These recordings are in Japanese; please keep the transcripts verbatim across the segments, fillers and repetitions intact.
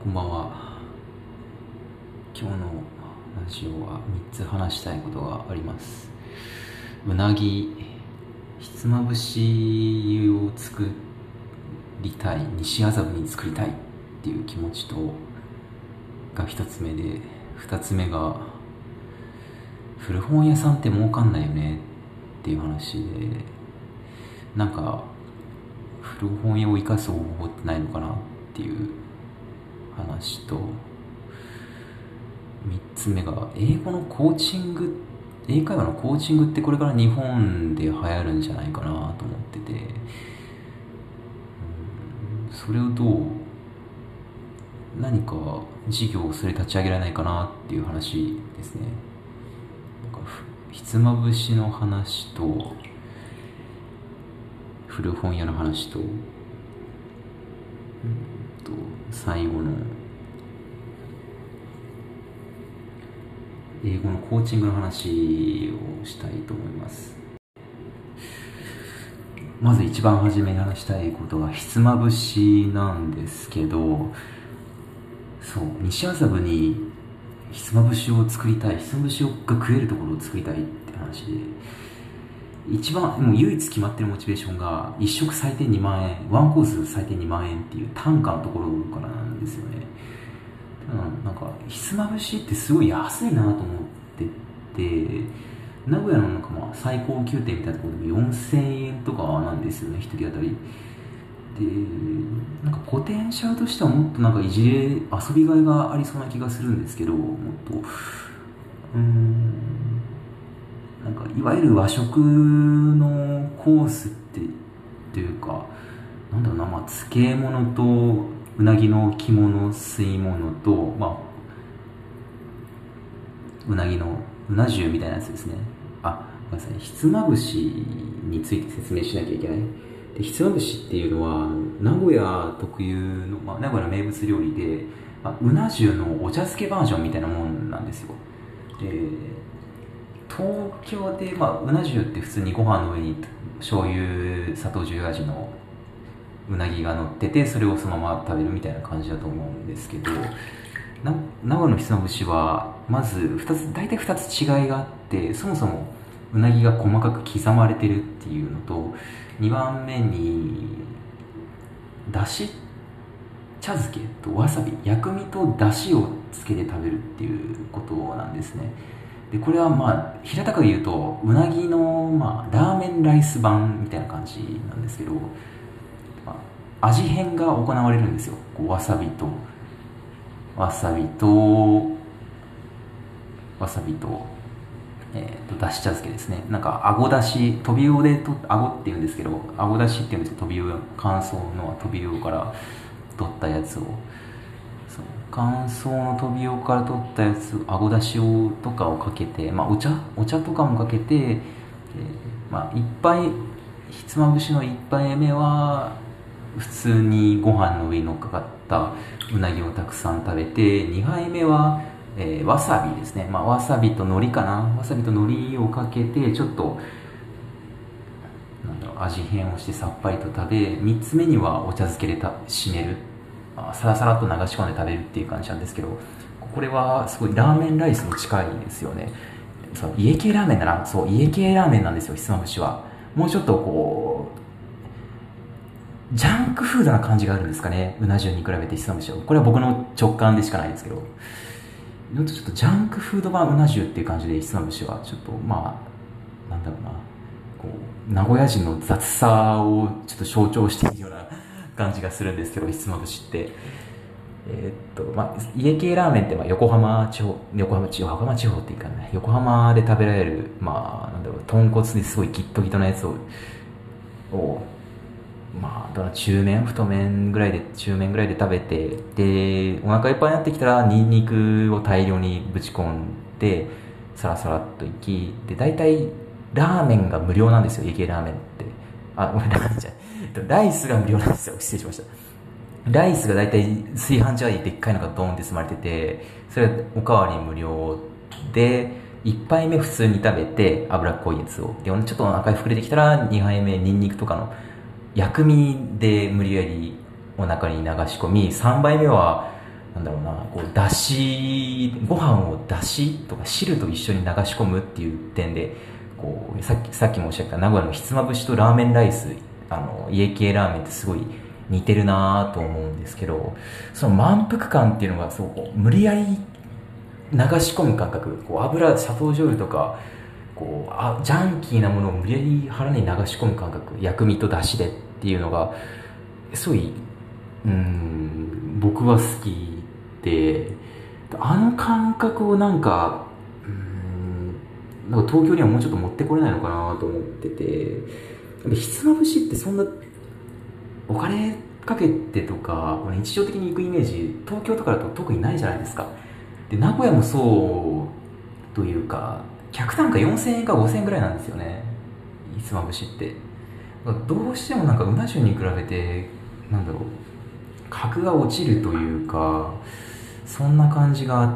こんばんは。今日のラジオはみっつ話したいことがあります。うなぎひつまぶしを作りたい、西麻布に作りたいっていう気持ちとが一つ目で、二つ目が古本屋さんって儲かんないよねっていう話で、なんか古本屋を生かす方法ってないのかなっていう話と、みっつめが英語のコーチング、英会話のコーチングってこれから日本で流行るんじゃないかなと思ってて、うんそれをどう何か事業をそれ立ち上げられないかなっていう話ですね。なんかひつまぶしの話と古本屋の話と、うんと最後の英語のコーチングの話をしたいと思います。まず一番初めに話したいことがひつまぶしなんですけど、そう、西麻布にひつまぶしを作りたい、ひつまぶしが食えるところを作りたいって話で、一番もう唯一決まってるモチベーションが一食最低にまんえん、ワンコース最低にまんえんっていう単価のところからなんですよね。なんかひつまぶしってすごい安いなと思ってて、名古屋のなんかまあ最高級店みたいなところでもよんせんえんとかなんですよね、一人当たりで。なんかポテンシャルとしてはもっとなんかいじれ遊びがいがありそうな気がするんですけど、もっとうーんなんかいわゆる和食のコースってっていうか、なんだろうな、まあ漬物とうなぎの肝の吸い物と、まあうなぎのうな重みたいなやつですね。あ、ごめんなさい、ひつまぶしについて説明しなきゃいけない。でひつまぶしっていうのは名古屋特有の、まあ、名古屋の名物料理で、まあ、うな重のお茶漬けバージョンみたいなもんなんですよ。で東京で、まあ、うな重って普通にご飯の上に醤油砂糖醤油味のうなぎが乗ってて、それをそのまま食べるみたいな感じだと思うんですけど、な名古屋のひつまぶしはまずふたつ、大体ふたつ違いがあって、そもそもうなぎが細かく刻まれてるっていうのと、にばんめにだし茶漬けとわさび、薬味とだしをつけて食べるっていうことなんですね。でこれはまあ平たく言うとうなぎの、まあ、ラーメンライス版みたいな感じなんですけど、まあ、味変が行われるんですよ。こうわさびとわさびとわさびとえー、とだし茶漬けですね。なんかあごだし、トビウオでとあごっていうんですけど、あごだしっていうんですけど、トビウオ、乾燥のトビウオから取ったやつを、その乾燥のトビウオから取ったやつ、あごだしをとかをかけて、まあお茶お茶とかもかけて、えー、まあ一杯、ひつまぶしの一杯目は普通にご飯の上に乗っかかったうなぎをたくさん食べて、にはいめはえー、わさびですね、まあ、わさびと海苔かな、わさびと海苔をかけてちょっとなんだろう、味変をしてさっぱりと食べ、みっつめにはお茶漬けでた締める、まあ、サラサラと流し込んで食べるっていう感じなんですけど、これはすごいラーメンライスに近いですよね。そう、家系ラーメンだな、そう、家系ラーメンなんですよ、ひつまぶしは。もうちょっとこうジャンクフードな感じがあるんですかね、うな重に比べてひつまぶしは。これは僕の直感でしかないですけど、ちょっとジャンクフード版うな重っていう感じで、ひつまぶしはちょっとまあなんだろうな、こう名古屋人の雑さをちょっと象徴しているような感じがするんですけど、ひつまぶしってえー、っとまあ家系ラーメンってまあ横浜地方横浜地方横浜地方っていうかね、横浜で食べられる、まあなんだろう、豚骨ですごいギットギトなやつををまあ、中麺太麺ぐらいで中麺ぐらいで食べて、でお腹いっぱいになってきたらニンニクを大量にぶち込んでサラサラっといき、で大体ラーメンが無料なんですよ、家系ラーメンって。あ、ごめんなさい、ライスが無料なんですよ、失礼しました。ライスが大体炊飯ジャーにでっかいのがドーンって積まれてて、それはおかわり無料で、いっぱいめ普通に食べて脂っこいやつをで、ちょっとお腹膨れてきたらにはいめニンニクとかの薬味で無理やりお腹に流し込み、さんばいめはなんだろうな、こうだしご飯をだしとか汁と一緒に流し込むっていう点で、こうさっきさっきもおっしゃった名古屋のひつまぶしとラーメンライス、あの家系ラーメンってすごい似てるなと思うんですけど、その満腹感っていうのがそうこう無理やり流し込む感覚、こう油砂糖醤油とかこうあジャンキーなものを無理やり腹に流し込む感覚、薬味と出汁でっていうのがすごい、うーん僕は好きで、あの感覚をなんかうーんなんか東京にはもうちょっと持ってこれないのかなと思ってて、ひつまぶしってそんなお金かけてとか日常的に行くイメージ東京とかだと特にないじゃないですか。で名古屋もそうというか、客単価よんせんえんかごせんえんぐらいなんですよね、ひつまぶしって。どうしてもなんかうな重に比べてなんだろう、格が落ちるというか、そんな感じがあって、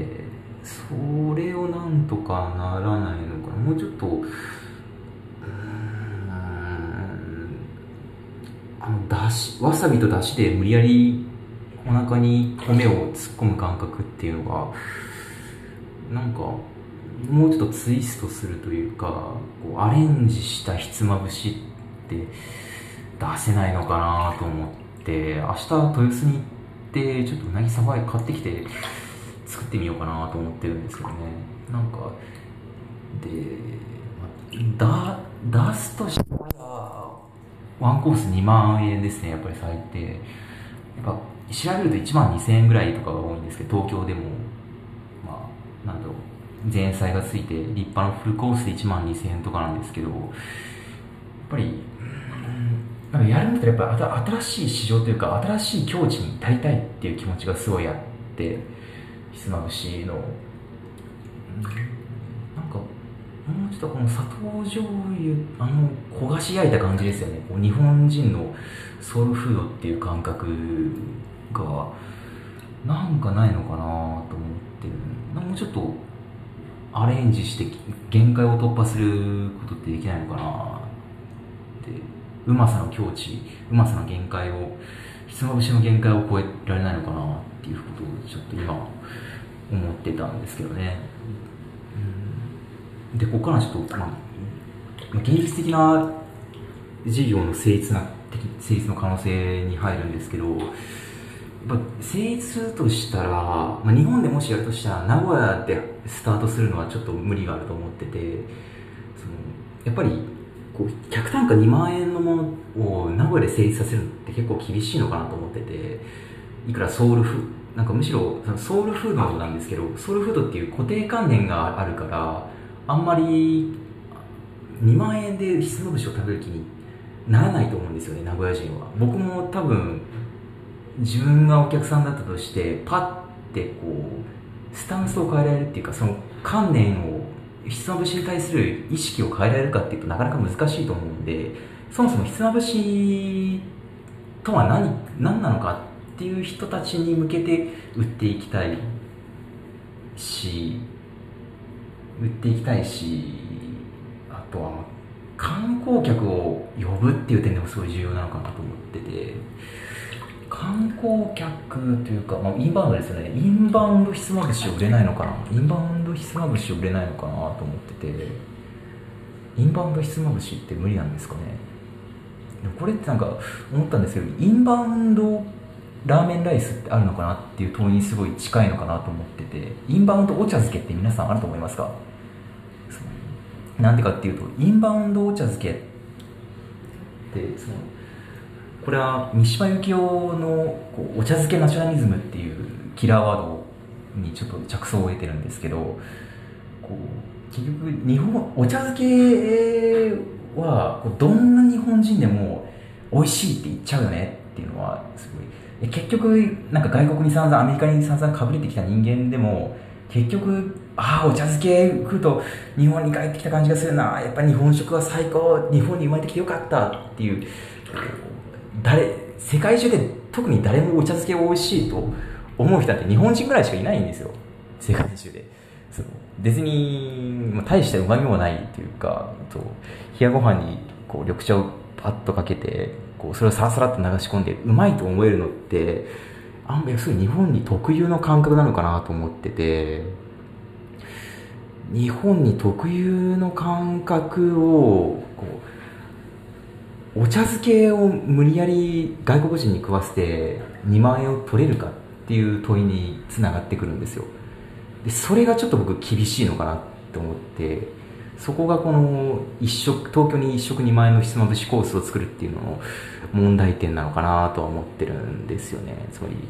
それをなんとかならないのかな。もうちょっとうーんあのだしわさびとだしで無理やりお腹に米を突っ込む感覚っていうのがなんかもうちょっとツイストするというか、こうアレンジしたひつまぶしって出せないのかなと思って、明日豊洲に行ってちょっとうなぎさばい買ってきて作ってみようかなと思ってるんですけどね。なんかでだ出すとしたらワンコースにまんえんですね、やっぱり最低。やっぱ調べるといちまんにせんえんぐらいとかが多いんですけど、東京でもまあなんだろう、前菜がついて立派なフルコースでいちまんにせんえんとかなんですけど、やっぱりなんかやるんだったらやっぱ新しい市場というか新しい境地に立りたいっていう気持ちがすごいあって、ひつまぶしのなんかもうちょっとこの砂糖醤油、あの焦がし焼いた感じですよね。こう日本人のソウルフードっていう感覚がなんかないのかなと思ってる。もうちょっとアレンジして限界を突破することってできないのかなって、うまさの境地、うまさの限界を、ひつまぶしの限界を超えられないのかなっていうことをちょっと今思ってたんですけどね。でここからちょっと、まあ、現実的な事業の成立な成立の可能性に入るんですけど、やっぱ成立するとしたら、まあ、日本でもしやるとしたら名古屋でスタートするのはちょっと無理があると思ってて、そのやっぱりこう客単価にまんえんのものを名古屋で成立させるのって結構厳しいのかなと思ってて、いくらソウルフなんかむしろソウルフードなんですけど、ソウルフードっていう固定観念があるからあんまりにまんえんでひつまぶしを食べる気にならないと思うんですよね、名古屋人は。僕も多分自分がお客さんだったとしてパッてこうスタンスを変えられるっていうか、その観念をひつまぶしに対する意識を変えられるかっていうとなかなか難しいと思うんで、そもそもひつまぶしとは何何なのかっていう人たちに向けて売っていきたいし売っていきたいしあとは観光客を呼ぶっていう点でもすごい重要なのかなと思ってて、観光客というか、まあ、インバウンドですよね。インバウンドひつまぶしを売れないのかなインバウンドひつまぶしを売れないのかなと思ってて、インバウンドひつまぶしって無理なんですかね。でもこれってなんか思ったんですけど、インバウンドラーメンライスってあるのかなっていう問いにすごい近いのかなと思ってて、インバウンドお茶漬けって皆さんあると思いますか？なんでかっていうと、インバウンドお茶漬けってそのこれは三島由紀夫のこうお茶漬けナショナリズムっていうキラーワードにちょっと着想を得てるんですけど、こう結局日本お茶漬けはこうどんな日本人でも美味しいって言っちゃうよねっていうのはすごい。結局なんか外国に散々アメリカに散々かぶれてきた人間でも結局ああお茶漬け食うと日本に帰ってきた感じがするな、やっぱり日本食は最高、日本に生まれてきてよかったっていう、誰世界中で特に誰もお茶漬けを美味しいと思う人って日本人ぐらいしかいないんですよ、世界中で。その別に、まあ、大したうまみもないっていうか、と冷やご飯にこう緑茶をパッとかけてこうそれをサラサラっと流し込んでうまいと思えるのってあんまりそういう日本に特有の感覚なのかなと思ってて、日本に特有の感覚をこうお茶漬けを無理やり外国人に食わせてにまん円を取れるかっていう問いにつながってくるんですよ。でそれがちょっと僕厳しいのかなって思って、そこがこの一食東京にいっ食にまん円のひつまぶしコースを作るっていうのの問題点なのかなとは思ってるんですよね。つまり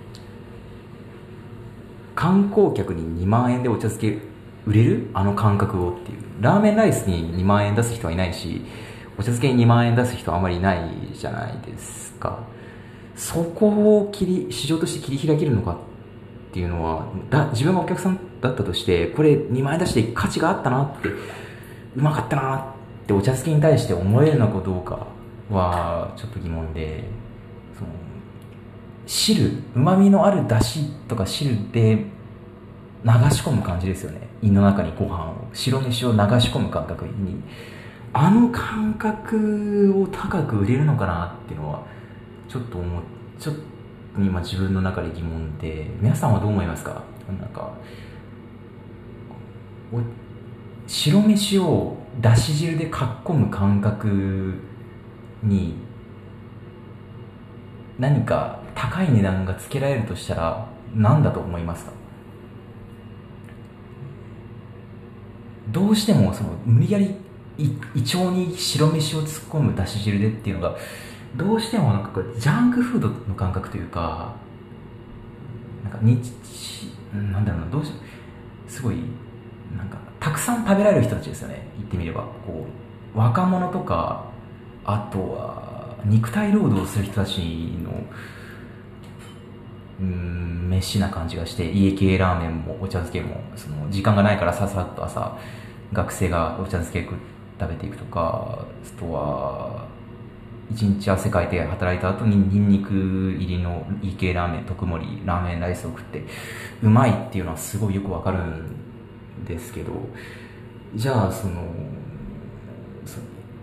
観光客ににまん円でお茶漬け売れるあの感覚をっていう、ラーメンライスににまん円出す人はいないし、お茶漬けににまん円出す人はあまりいないじゃないですか。そこを切り市場として切り開けるのかっていうのは、だ自分がお客さんだったとして、これにまん円出して価値があったなって、うまかったなってお茶漬けに対して思えるのかどうかはちょっと疑問で、その汁、うまみのある出汁とか汁で流し込む感じですよね。胃の中にご飯を、白飯を流し込む感覚に、あの感覚を高く売れるのかなっていうのはちょっと思っちょっと今自分の中で疑問で、皆さんはどう思いますか？なんか白飯をだし汁でかっこむ感覚に何か高い値段がつけられるとしたら何だと思いますか？どうしてもその無理やり胃腸に白飯を突っ込むだし汁でっていうのがどうしてもなんかこうジャンクフードの感覚というか、なんか日なんだろうな、どうしすごいなんかたくさん食べられる人たちですよね。言ってみればこう若者とか、あとは肉体労働をする人たちのうーん飯な感じがして、家系ラーメンもお茶漬けもその時間がないからささっと朝学生がお茶漬け食べていくとか、あとは一日汗かいて働いた後にニンニク入りの家系ラーメン特盛りラーメンライスを食ってうまいっていうのはすごいよくわかるんですけど、じゃあそのそ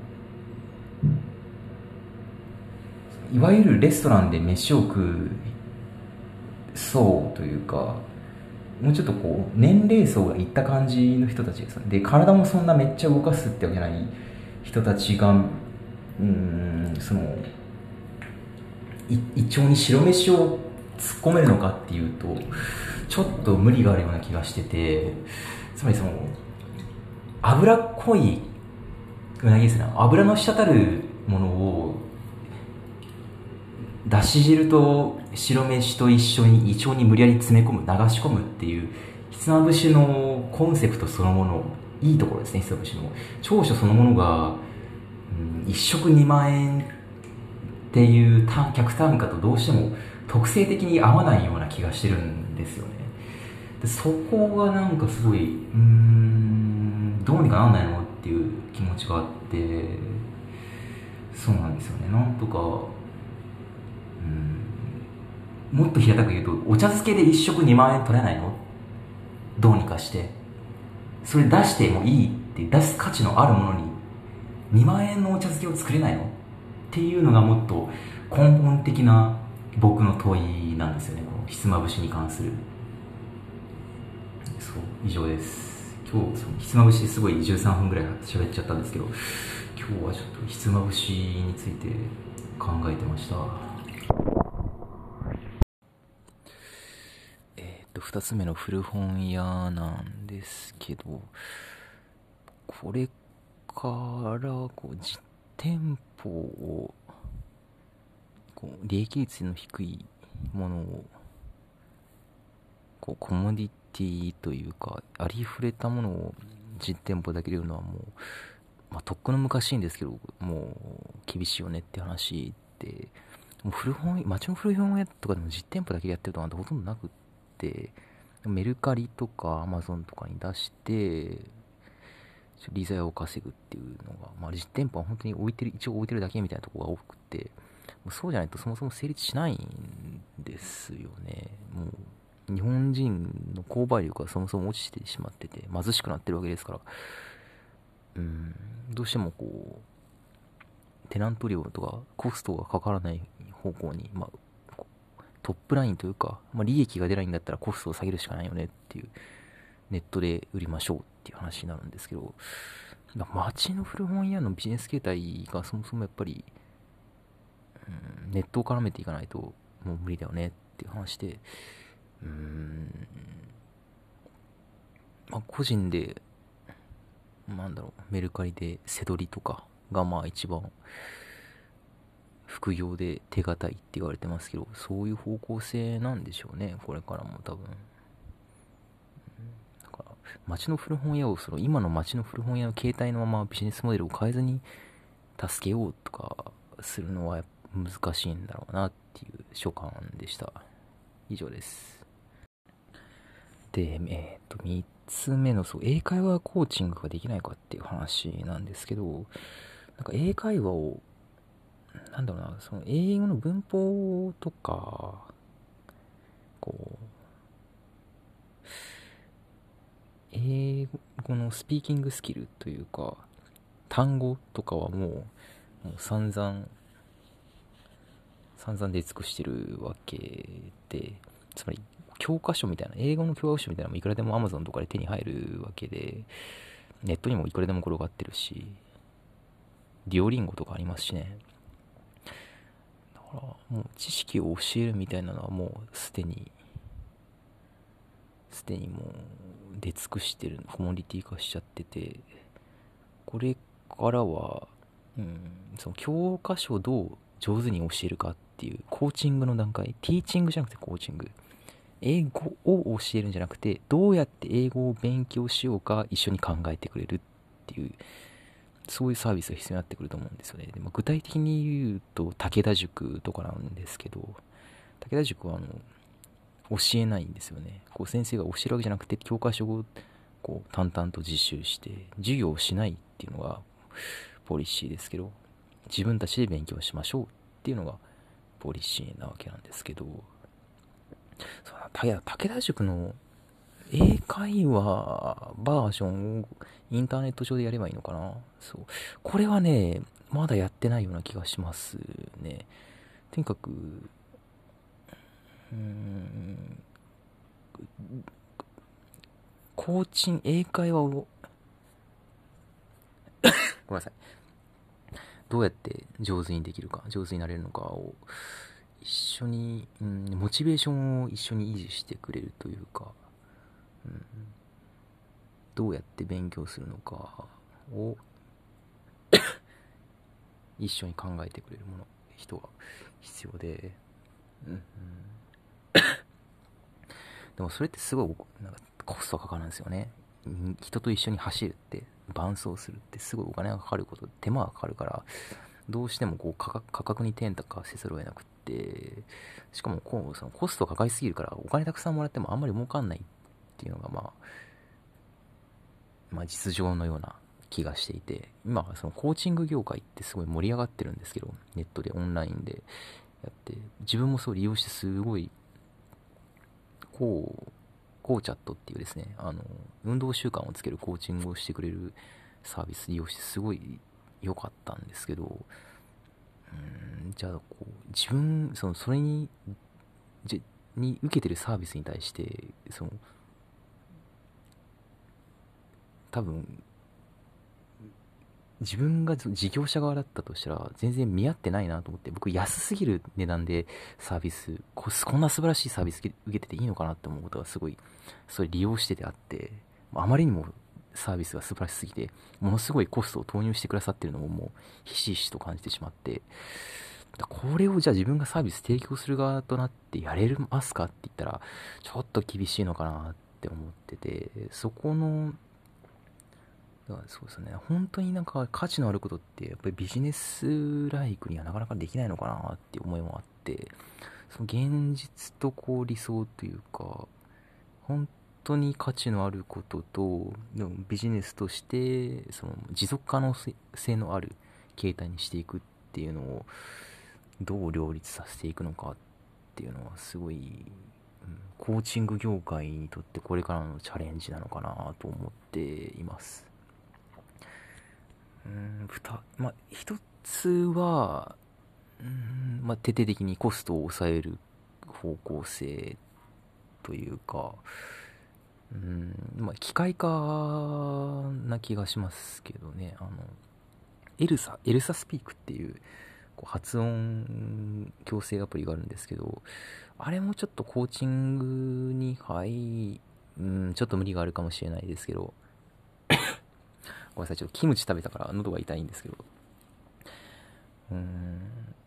いわゆるレストランで飯を食う層というか、もうちょっとこう年齢層がいった感じの人たちですね。で体もそんなめっちゃ動かすってわけじゃない人たちが、うーんその胃腸に白飯を突っ込めるのかっていうとちょっと無理があるような気がしてて、つまりその脂っこいうなぎですね、油の滴るものをだし汁と白飯と一緒に胃腸に無理やり詰め込む、流し込むっていうひつまぶしのコンセプトそのもの、いいところですね。ひつまぶしの長所そのものが、うん、一食にまん円っていう客単価とどうしても特性的に合わないような気がしてるんですよね。でそこがなんかすごい、うーんどうにかなんないのっていう気持ちがあって、そうなんですよね。なんとか、うんもっと平たく言うと、お茶漬けで一食にまん円取れないの？どうにかしてそれ出してもいいって出す価値のあるものににまん円のお茶漬けを作れないのっていうのがもっと根本的な僕の問いなんですよね、このひつまぶしに関する。そう以上です。今日そのひつまぶしすごいじゅうさんぷんぐらい喋っちゃったんですけど、今日はちょっとひつまぶしについて考えてました。えっとふたつめの古本屋なんですけど、これからこう実店舗をこう利益率の低いものをこうコモディティというかありふれたものを実店舗だけで売るのはもう、まあ、とっくの昔いんですけどもう厳しいよねって話で、もう古本街の古本屋とかでも実店舗だけでやってるとなんてほとんどなくって、メルカリとかアマゾンとかに出して利材を稼ぐっていうのが、まあ、実店舗は本当に置いてる一応置いてるだけみたいなところが多くて、もうそうじゃないとそもそも成立しないんですよね。もう日本人の購買力がそもそも落ちてしまってて貧しくなってるわけですから、うん、どうしてもこうテナント料とかコストがかからない方向に、まあ、 トップラインというか、まあ、利益が出ないんだったらコストを下げるしかないよねっていう、ネットで売りましょうっていう話になるんですけど、街の古本屋のビジネス形態がそもそもやっぱり、うん、ネットを絡めていかないともう無理だよねっていう話で、うーん、まあ、個人で、なんだろう、メルカリで背取りとかがまあ一番副業で手堅いって言われてますけど、そういう方向性なんでしょうね、これからも多分。だから街の古本屋を、その今の街の古本屋の形態のままビジネスモデルを変えずに助けようとかするのは難しいんだろうなっていう所感でした。以上です。で、えっと、みっつめの、そう、英会話コーチングができないかっていう話なんですけど、なんか英会話を、なんだろうな、その英語の文法とか、こう、英語のスピーキングスキルというか、単語とかはもう、もう散々、散々出尽くしてるわけで、つまり教科書みたいな、英語の教科書みたいなのもいくらでも Amazon とかで手に入るわけで、ネットにもいくらでも転がってるし、デュオリンゴとかありますしね。だからもう知識を教えるみたいなのはもうすでに、すでにもう出尽くしてる、コモディティ化しちゃってて、これからは、うん、その教科書をどう上手に教えるかっていうコーチングの段階、ティーチングじゃなくてコーチング、英語を教えるんじゃなくて、どうやって英語を勉強しようか一緒に考えてくれるっていう、そういうサービスが必要になってくると思うんですよね。で、まあ、具体的に言うと武田塾とかなんですけど、武田塾はあの教えないんですよね。こう先生が教えるわけじゃなくて、教科書をこう淡々と自習して授業をしないっていうのがポリシーですけど、自分たちで勉強しましょうっていうのがポリシーなわけなんですけど、武田塾の英会話バージョンをインターネット上でやればいいのかな。そう。これはね、まだやってないような気がしますね。とにかく、うーん、コーチン、英会話を、ごめんなさい。どうやって上手にできるか、上手になれるのかを一緒に、うん、モチベーションを一緒に維持してくれるというか、うん、どうやって勉強するのかを一緒に考えてくれるもの、人が必要で、うんうん、でもそれってすごいなんかコストがかかるんですよね。人と一緒に走るって、伴走するってすごいお金がかかること、手間がかかるから、どうしてもこう価格価格に転嫁せざるを得なくって、しかもこうそのコストがかかりすぎるからお金たくさんもらってもあんまり儲かんないっていうのがまあまあ実情のような気がしていて、今そのコーチング業界ってすごい盛り上がってるんですけど、ネットでオンラインでやって、自分もそう利用してすごいこうコーチャットっていうですね、あの運動習慣をつけるコーチングをしてくれるサービス利用してすごい良かったんですけど、うーんじゃあこう自分そのそれにじに受けてるサービスに対してその多分自分が事業者側だったとしたら全然見合ってないなと思って、僕安すぎる値段でサービス こ, こんな素晴らしいサービス受けてていいのかなって思うことがすごいそれ利用しててあって、あまりにもサービスが素晴らしすぎてものすごいコストを投入してくださってるのももうひしひしと感じてしまって、これをじゃあ自分がサービス提供する側となってやれますかって言ったらちょっと厳しいのかなって思ってて、そこのだからそうですね、本当になんか価値のあることってやっぱりビジネスライクにはなかなかできないのかなっていう思いもあって、その現実とこう理想というか、本当に価値のあることとビジネスとしてその持続可能性のある形態にしていくっていうのをどう両立させていくのかっていうのはすごい、うん、コーチング業界にとってこれからのチャレンジなのかなと思っています。うーん、ふた、まあ、一つは、うーん、まあ、徹底的にコストを抑える方向性というか、うん、まあ、機械化な気がしますけどね。あの、エルサ、エルサスピークっていうこう発音矯正アプリがあるんですけど、あれもちょっとコーチングに入、うん、ちょっと無理があるかもしれないですけど、ごめんなさい、ちょっとキムチ食べたから喉が痛いんですけど、うーん、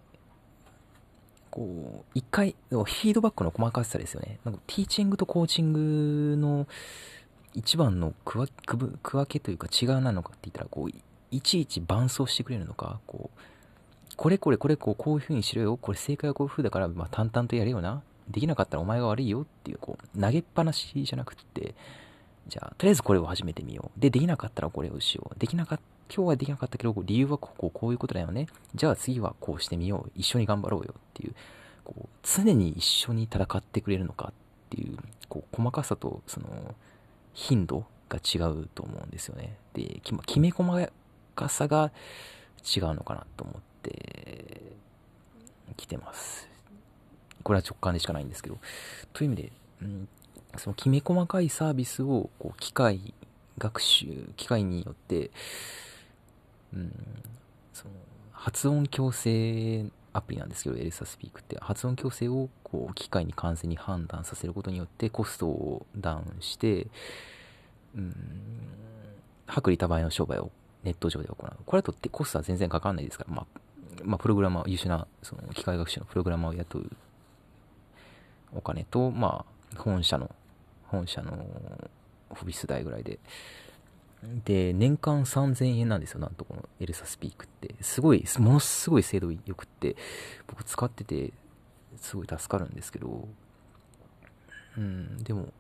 こう、一回、フィードバックの細かさですよね。なんかティーチングとコーチングの一番の区分区分区分けというか違いなのかって言ったら、こう、いちいち伴走してくれるのか、こう、これこれこれこうこういう風にしろよ、これ正解はこういう風だから、まあ、淡々とやれよな、できなかったらお前が悪いよっていう、こう投げっぱなしじゃなくって、じゃあとりあえずこれを始めてみよう、でできなかったらこれをしよう、できなかった今日はできなかったけど理由はこうこうこういうことだよね、じゃあ次はこうしてみよう、一緒に頑張ろうよっていう、こう常に一緒に戦ってくれるのかっていう、こう細かさとその頻度が違うと思うんですよね。でききめ細かさが違うのかなと思ってきてます。これは直感でしかないんですけど、という意味で、うん、そのきめ細かいサービスをこう機械学習機械によって、うん、その発音矯正アプリなんですけど、エルサスピークって発音矯正をこう機械に完全に判断させることによってコストをダウンして、うん、薄利多売の商売をネット上で行う。これだとってコストは全然かかんないですから、まあ、まあ、プログラマー、優秀なその機械学習のプログラマーを雇うお金と、まあ、本社の、本社のオフィス代ぐらいで。で、年間さんぜんえんなんですよ、なんとこのエルサスピークって。すごい、ものすごい精度良くって、僕使ってて、すごい助かるんですけど、うん、でも、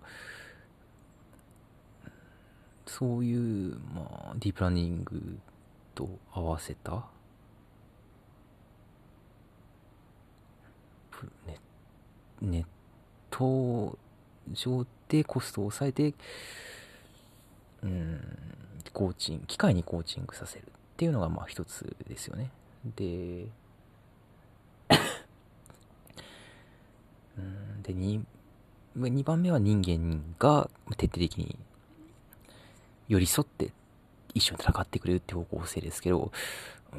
そういう、まあ、ディープラーニングと合わせた、ネネット上でコストを抑えて、うん、コーチング、機械にコーチングさせるっていうのがまあ一つですよね。で、うん、で 2, にばんめは人間が徹底的に寄り添って一緒に戦ってくれるって方向性ですけど、うん、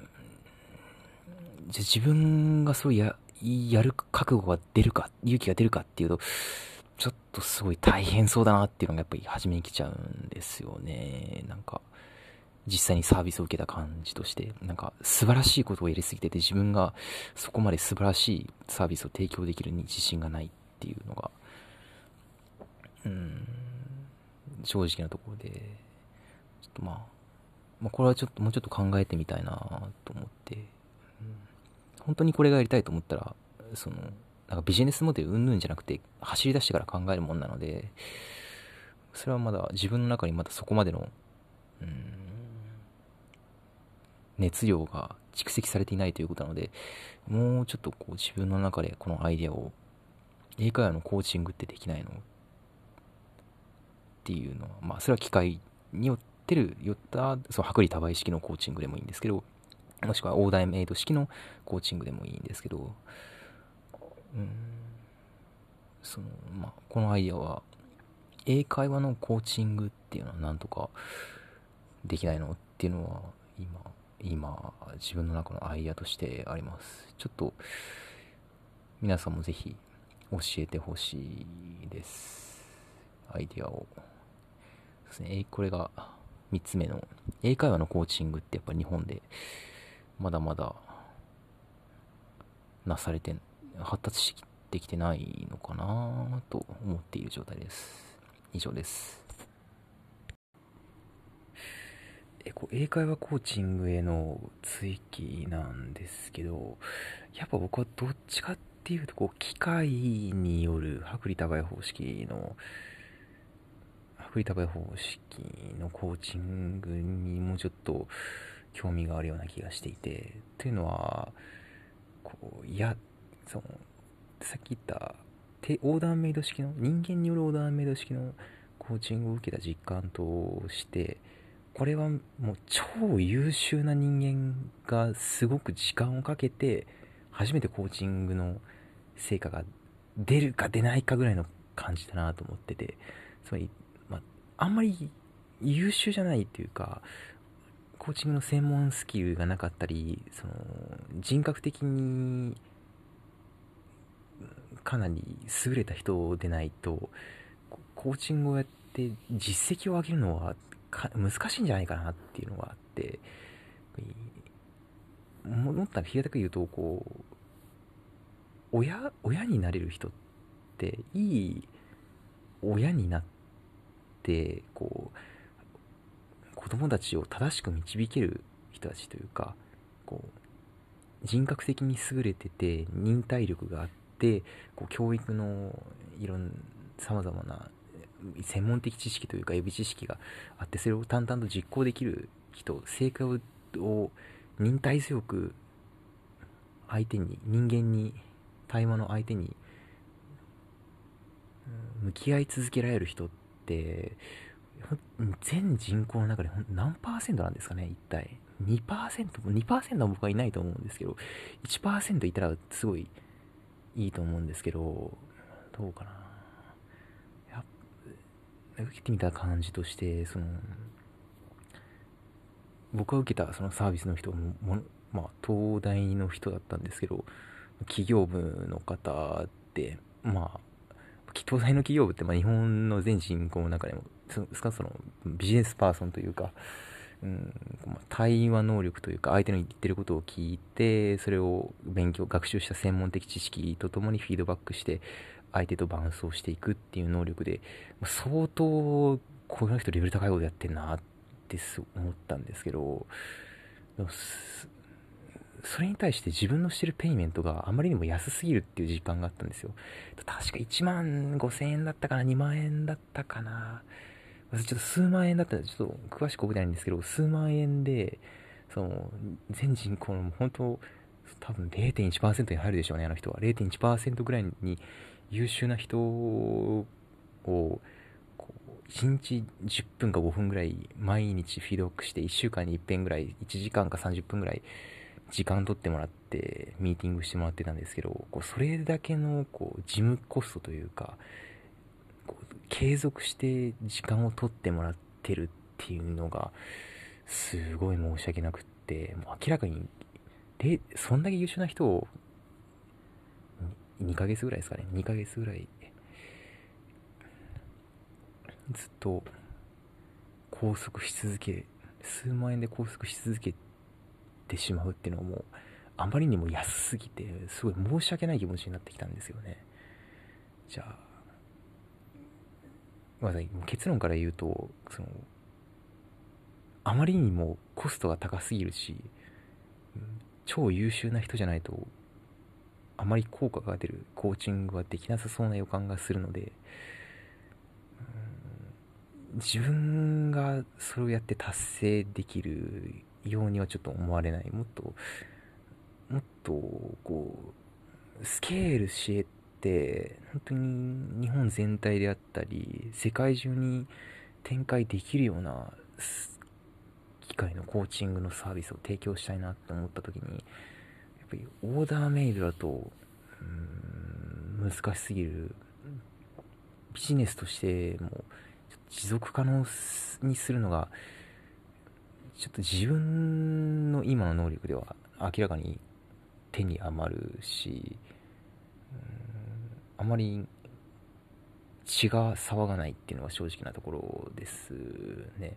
じゃ自分がそうややる覚悟が出るか勇気が出るかっていうと、ちょっとすごい大変そうだなっていうのがやっぱり初めに来ちゃうんですよね。なんか実際にサービスを受けた感じとして、なんか素晴らしいことをやりすぎてて、自分がそこまで素晴らしいサービスを提供できるに自信がないっていうのが、うーん、正直なところで、ちょっとまあ、まあ、これはちょっともうちょっと考えてみたいなと思って、うん、本当にこれがやりたいと思ったら、その、なんかビジネスモデルうんぬんじゃなくて、走り出してから考えるもんなので、それはまだ自分の中にまだそこまでの、うーん、熱量が蓄積されていないということなので、もうちょっとこう自分の中でこのアイデアを、英会話のコーチングってできないのっていうのは、まあそれは機械によってる、よった、その薄利多売式のコーチングでもいいんですけど、もしくはオーダーメイド式のコーチングでもいいんですけど、うん、その、まあこのアイデアは、英会話のコーチングっていうのはなんとかできないのっていうのは今今自分の中のアイデアとしてあります。ちょっと皆さんもぜひ教えてほしいです、アイデアをですね。これがみっつめの英会話のコーチングって、やっぱり日本でまだまだなされて発達してきてないのかなと思っている状態です。以上です。えこう英会話コーチングへの追記なんですけど、やっぱ僕はどっちかっていうと、こう機械による薄利多売方式の薄利多売方式のコーチングにもうちょっと興味があるような気がしていて、というのはこういやそのさっき言ったオーダーメイド式の人間によるオーダーメイド式のコーチングを受けた実感として、これはもう超優秀な人間がすごく時間をかけて初めてコーチングの成果が出るか出ないかぐらいの感じだなと思ってて、つまり、まあ、あんまり優秀じゃないっていうか、コーチングの専門スキルがなかったり、その人格的にかなり優れた人でないとコーチングをやって実績を上げるのは難しいんじゃないかなっていうのがあって、もっと平たく言うと、こう親親になれる人っていい親になって、こう子供たちを正しく導ける人たちというか、こう人格的に優れてて忍耐力があって、こう教育のいろんさまざまな専門的知識というか予備知識があって、それを淡々と実行できる人、成果を忍耐強く相手に、人間に、対話の相手に向き合い続けられる人って、全人口の中で何パーセントなんですかね、一体。にパーセント、にパーセントは僕はいないと思うんですけど、いちパーセントいたらすごいいいと思うんですけど、どうかな。やっ受けてみた感じとして、その僕が受けたそのサービスの人も、まあ、東大の人だったんですけど、企業部の方で、まあ東大の企業部ってまあ日本の全人口の中でも少なくともそのビジネスパーソンというか、うんまあ、対話能力というか、相手の言ってることを聞いて、それを勉強学習した専門的知識とともにフィードバックして相手と伴走していくっていう能力で、相当この人レベル高いことやってんなって思ったんですけど、でもそれに対して自分のしてるペイメントがあまりにも安すぎるっていう実感があったんですよ。確かいちまんごせんえんだったかな、にまんえんだったかな、ちょっと数万円だったらちょっと詳しく覚えてないんですけど、数万円でその全人口の本当多分 れいてんいちパーセント に入るでしょうね。あの人は れいてんいちパーセント ぐらいに優秀な人をこういちにちじゅっぷんかごふんぐらい毎日フィードバックして、いっしゅうかんにいっぺんぐらいいちじかんかさんじゅっぷんぐらい時間取ってもらってミーティングしてもらってたんですけど、こうそれだけのこう事務コストというか、こう継続して時間を取ってもらってるっていうのがすごい申し訳なくって、もう明らかにでそんだけ優秀な人をにかげつぐらいですかね、にかげつぐらいずっと拘束し続け、数万円で拘束し続けてしまうっていうのはもうあまりにも安すぎて、すごい申し訳ない気持ちになってきたんですよね。じゃあごめんなさい、結論から言うと、そのあまりにもコストが高すぎるし、超優秀な人じゃないとあまり効果が出るコーチングはできなさそうな予感がするので、自分がそれをやって達成できるようにはちょっと思われない。もっともっとこうスケールし得て、本当に日本全体であったり世界中に展開できるような機械のコーチングのサービスを提供したいなと思った時に、やっぱりオーダーメイドだとうーん難しすぎる。ビジネスとしても持続可能にするのがちょっと自分の今の能力では明らかに手に余るし、あまり血が騒がないっていうのが正直なところですね。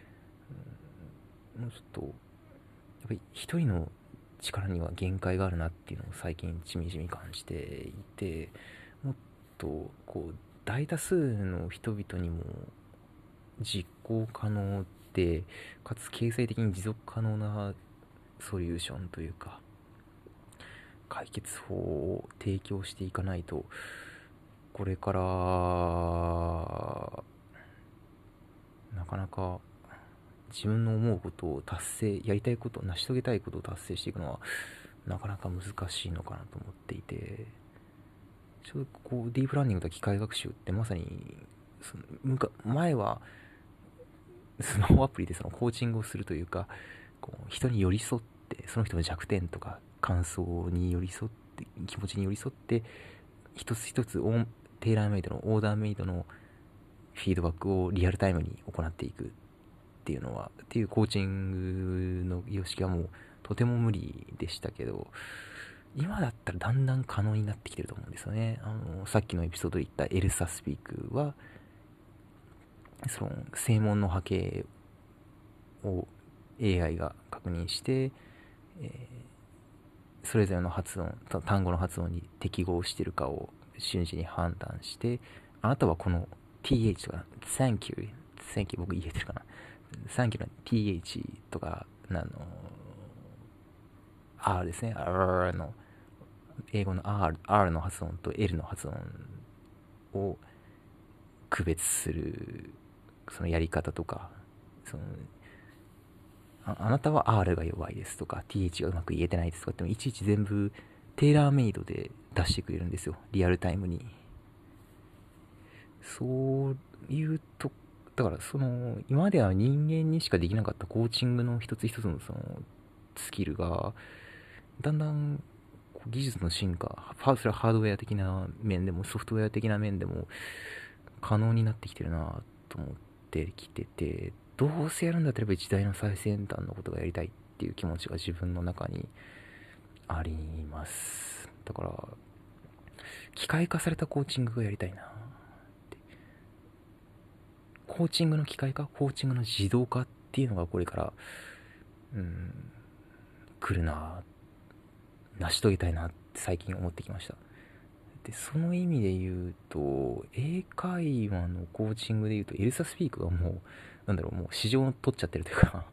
もうちょっとやっぱり一人の力には限界があるなっていうのを最近ちみじみ感じていて、もっとこう大多数の人々にも実行可能でかつ経済的に持続可能なソリューションというか解決法を提供していかないと、これからなかなか自分の思うことを達成、やりたいことを成し遂げたいことを達成していくのはなかなか難しいのかなと思っていて、ちょっとこうディープラーニングと機械学習ってまさにその前はスマホアプリでそのコーチングをするというか、こう人に寄り添ってその人の弱点とか感想に寄り添っ気持ちに寄り添って一つ一つオンテーラーメイドのオーダーメイドのフィードバックをリアルタイムに行っていくっていうのはっていうコーチングの様式はもうとても無理でしたけど、今だったらだんだん可能になってきてると思うんですよね。あのさっきのエピソードで言ったエルサスピークはその正門の波形を エーアイ が確認して、えー、それぞれの発音単語の発音に適合しているかを瞬時に判断して、あなたはこの ティーエイチ とか Thank you Thank you 僕言えてるかな Thank you の ティーエイチ とかあの R ですね R の英語の R, R の発音と L の発音を区別するそのやり方とか、その あ, あなたは R が弱いですとか ティーエイチ がうまく言えてないですとかってもいちいち全部テーラーメイドで出してくれるんですよ、リアルタイムに。そういうとだからその今までは人間にしかできなかったコーチングの一つ一つのそのスキルがだんだん技術の進化、それはハードウェア的な面でもソフトウェア的な面でも可能になってきてるなと思ってきてて、どうせやるんだったら時代の最先端のことがやりたいっていう気持ちが自分の中にあります。だから機械化されたコーチングがやりたいなって。コーチングの機械化、コーチングの自動化っていうのがこれからうん来るな、成し遂げたいなって最近思ってきました。でその意味で言うと英会話のコーチングで言うとエルサスピークがもうなんだろうもう市場を取っちゃってるというか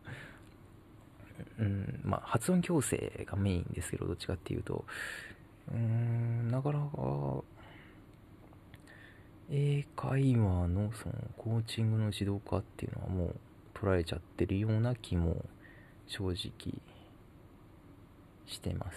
うんまあ発音矯正がメインですけど、どっちかっていうとうーんなかなか英会話のそのコーチングの自動化っていうのはもう取られちゃってるような気も正直してます。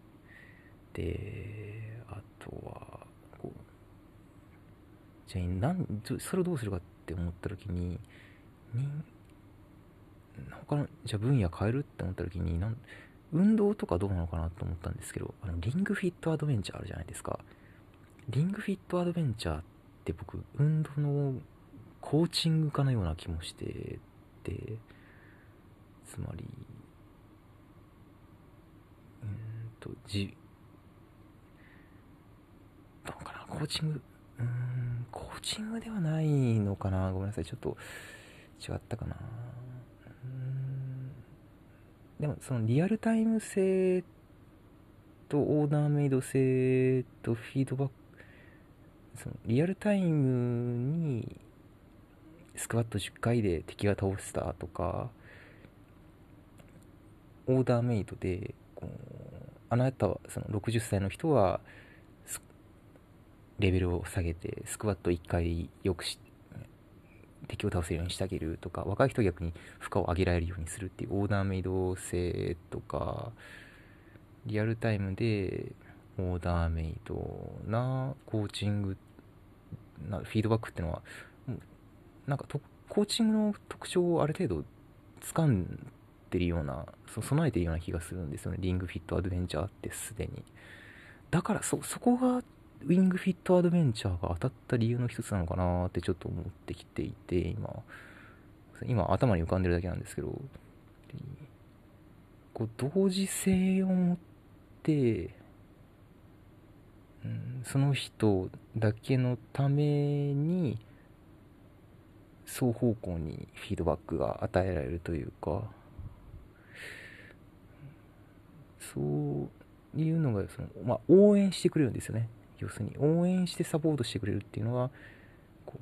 であとはこうじゃあなんそれをどうするかって思った時にに他のじゃあ分野変えるって思った時になん運動とかどうなのかなと思ったんですけど、あのリングフィットアドベンチャーあるじゃないですか。リングフィットアドベンチャーって僕運動のコーチングかのような気もしてて、つまりうーんとじどうかな、コーチングうーんコーチングではないのかな、ごめんなさいちょっと違ったかな。うーんでもそのリアルタイム性とオーダーメイド性とフィードバック、そのリアルタイムにスクワットじゅっかいで敵が倒したとか、オーダーメイドでこうあなたはそのろくじゅっさいの人はレベルを下げてスクワットいっかいよくし敵を倒せるようにしてあげるとか、若い人は逆に負荷を上げられるようにするっていうオーダーメイド性とか、リアルタイムでオーダーメイドなコーチングなフィードバックっていうのはなんかとコーチングの特徴をある程度掴んでるような、そ備えてるような気がするんですよね、リングフィットアドベンチャーってすでに。だからそそこがウィングフィットアドベンチャーが当たった理由の一つなのかなってちょっと思ってきていて、今今頭に浮かんでるだけなんですけど、こう同時性を持って、うん、その人だけのために双方向にフィードバックが与えられるというか、そういうのがその、まあ、応援してくれるんですよね。要するに応援してサポートしてくれるっていうのがこ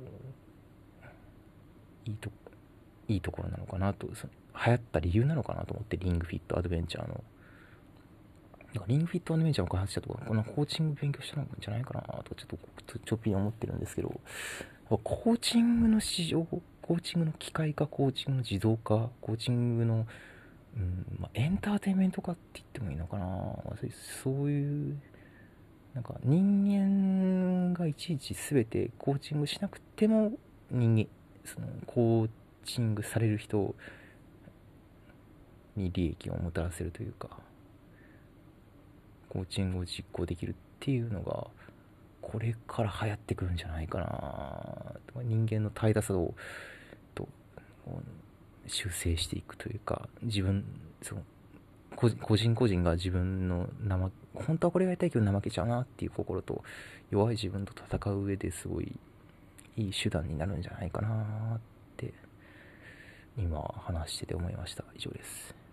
ういいといいところなのかなと、その流行った理由なのかなと思って、リングフィットアドベンチャーのリングフィットアドベンチャーの開発者とかこのコーチング勉強したんじゃないかなとちょっとちょっぴり思ってるんですけど、コーチングの市場、コーチングの機械化、コーチングの自動化、コーチングの、うんまあ、エンターテインメント化って言ってもいいのかな、そういうなんか人間がいちいち全てコーチングしなくても人間そのコーチングされる人に利益をもたらせるというか、 コーチングを実行できるっていうのがこれから流行ってくるんじゃないかな。人間の怠惰さをと修正していくというか、自分その個人個人が自分の怠本当はこれがやりたいけど怠けちゃうなっていう心と弱い自分と戦う上ですごいいい手段になるんじゃないかなって今話してて思いました。以上です。